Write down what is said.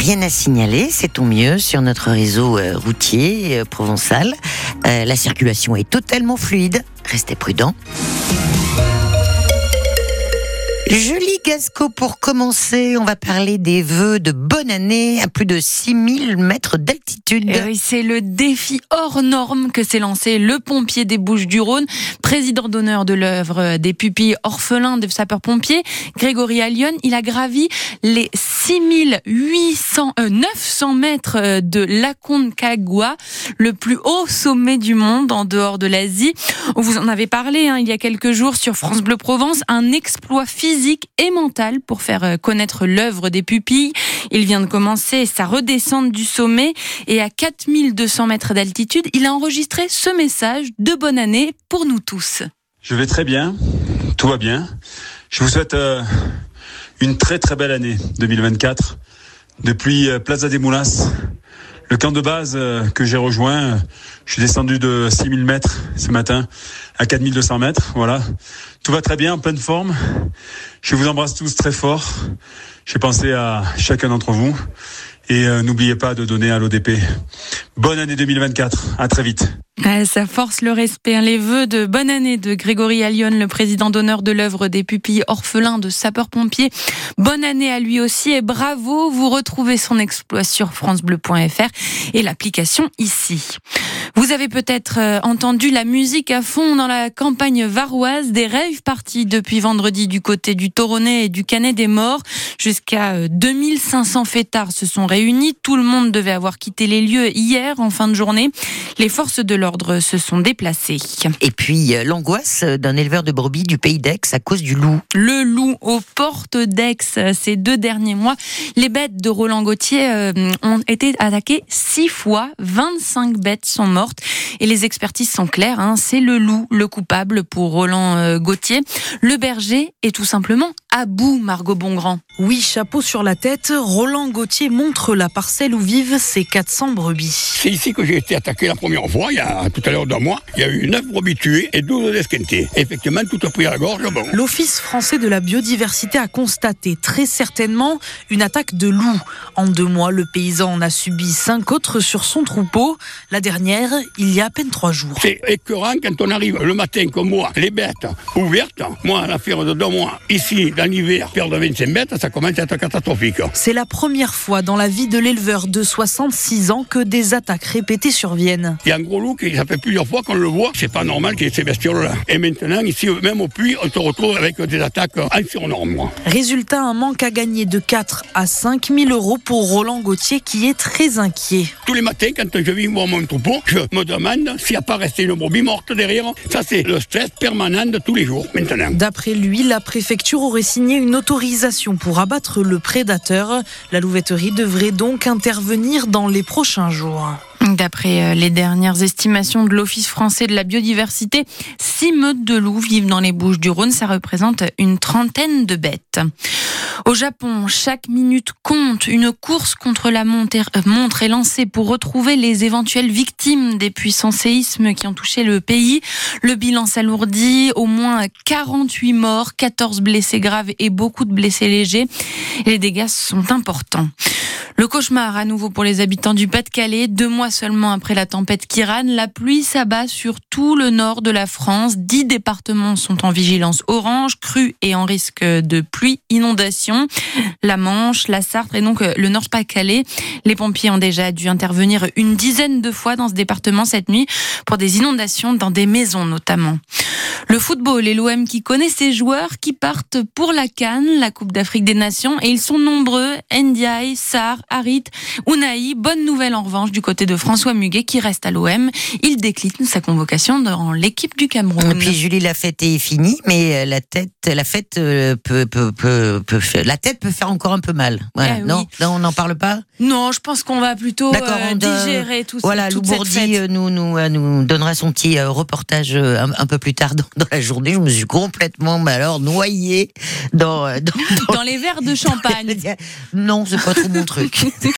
rien à signaler, c'est tant mieux sur notre réseau routier provençal. La circulation est totalement fluide, restez prudents. Joli Gasco pour commencer, on va parler des vœux de bonne année à plus de 6000 mètres d'altitude. Et oui, c'est le défi hors norme que s'est lancé le pompier des Bouches-du-Rhône, président d'honneur de l'œuvre des pupilles orphelins des sapeurs-pompiers, Grégory Allione. Il a gravi les 900 mètres de l'Aconcagua, le plus haut sommet du monde en dehors de l'Asie. Vous en avez parlé il y a quelques jours sur France Bleu Provence, un exploit physique et mental pour faire connaître l'œuvre des pupilles. Il vient de commencer sa redescente du sommet et à 4200 mètres d'altitude, il a enregistré ce message de bonne année pour nous tous. Je vais très bien, tout va bien. Je vous souhaite une très très belle année 2024. Depuis Plaza des Moulas, le camp de base que j'ai rejoint, je suis descendu de 6000 mètres ce matin à 4200 mètres. Voilà, tout va très bien, en pleine forme. Je vous embrasse tous très fort. J'ai pensé à chacun d'entre vous. Et n'oubliez pas de donner à l'ODP. Bonne année 2024, à très vite. Ça force le respect. Les vœux de bonne année de Grégory Allione, le président d'honneur de l'œuvre des pupilles orphelins de sapeurs-pompiers. Bonne année à lui aussi et bravo. Vous retrouvez son exploit sur francebleu.fr et l'application ici. Vous avez peut-être entendu la musique à fond dans la campagne varoise, des rave parties depuis vendredi du côté du Toronnais et du Canet des Morts. Jusqu'à 2500 fêtards se sont réunis. Tout le monde devait avoir quitté les lieux hier en fin de journée. Les forces de l'ordre se sont déplacées. Et puis l'angoisse d'un éleveur de brebis du pays d'Aix à cause du loup. Le loup aux portes d'Aix. Ces 2 derniers mois, les bêtes de Roland Gauthier ont été attaquées 6 fois. 25 bêtes sont mortes. Et les expertises sont claires. C'est le loup le coupable pour Roland Gauthier. Le berger est tout simplement à bout, Margot Bongrand. Oui, chapeau sur la tête, Roland Gauthier montre la parcelle où vivent ses 400 brebis. C'est ici que j'ai été attaqué la première fois, il y a tout à l'heure d'un mois. Il y a eu 9 brebis tuées et 12 esquintées. Effectivement, tout a pris à la gorge. Bon. L'Office français de la biodiversité a constaté très certainement une attaque de loup. En 2 mois, le paysan en a subi 5 autres sur son troupeau. La dernière, il y a à peine 3 jours. C'est écœurant quand on arrive le matin comme moi, les bêtes ouvertes. Moi, à l'affaire de 2 mois, ici, dans l'hiver, perdre 25 bêtes, ça commence à être catastrophique. C'est la première fois dans la vie de l'éleveur de 66 ans que des attaques répétées surviennent. Il y a un gros loup qui, ça fait plusieurs fois qu'on le voit. C'est pas normal qu'il y ait ces bestioles-là. Et maintenant, ici, même au puits, on se retrouve avec des attaques sur normes. Résultat, un manque à gagner de 4 à 5 000 euros pour Roland Gauthier qui est très inquiet. Tous les matins, quand je viens voir mon troupeau, je me demande s'il n'y a pas resté une brebis morte derrière. Ça, c'est le stress permanent de tous les jours, maintenant. D'après lui, la préfecture aurait signé une autorisation pour abattre le prédateur. La louveterie devrait donc intervenir dans les prochains jours. D'après les dernières estimations de l'Office français de la biodiversité, 6 meutes de loups vivent dans les Bouches-du-Rhône. Ça représente une 30aine de bêtes. Au Japon, chaque minute compte. Une course contre la montre est lancée pour retrouver les éventuelles victimes des puissants séismes qui ont touché le pays. Le bilan s'alourdit, au moins 48 morts, 14 blessés graves et beaucoup de blessés légers. Les dégâts sont importants. Le cauchemar à nouveau pour les habitants du Pas-de-Calais. 2 mois seulement après la tempête Kiran, la pluie s'abat sur tout le nord de la France. 10 départements sont en vigilance orange, crue et en risque de pluie, inondation. La Manche, la Sarthe et donc le Nord-Pas-de-Calais. Les pompiers ont déjà dû intervenir une dizaine de fois dans ce département cette nuit pour des inondations dans des maisons notamment. Le football et l'OM qui connaît ses joueurs qui partent pour la CAN, la Coupe d'Afrique des Nations, et ils sont nombreux. Ndiaye, Sarr, Harit, Ounahi. Bonne nouvelle en revanche du côté de François Muguet qui reste à l'OM. Il décline sa convocation dans l'équipe du Cameroun. Et puis Julie, la fête est finie, mais la fête peut faire encore un peu mal. Voilà. Oui. Non, on n'en parle pas. Non, je pense qu'on va plutôt digérer tout ça. Voilà, Lou Bourdi nous donnera son petit reportage un peu plus tard dans la journée. Je me suis complètement noyée dans les verres de champagne. Non, c'est pas trop mon truc.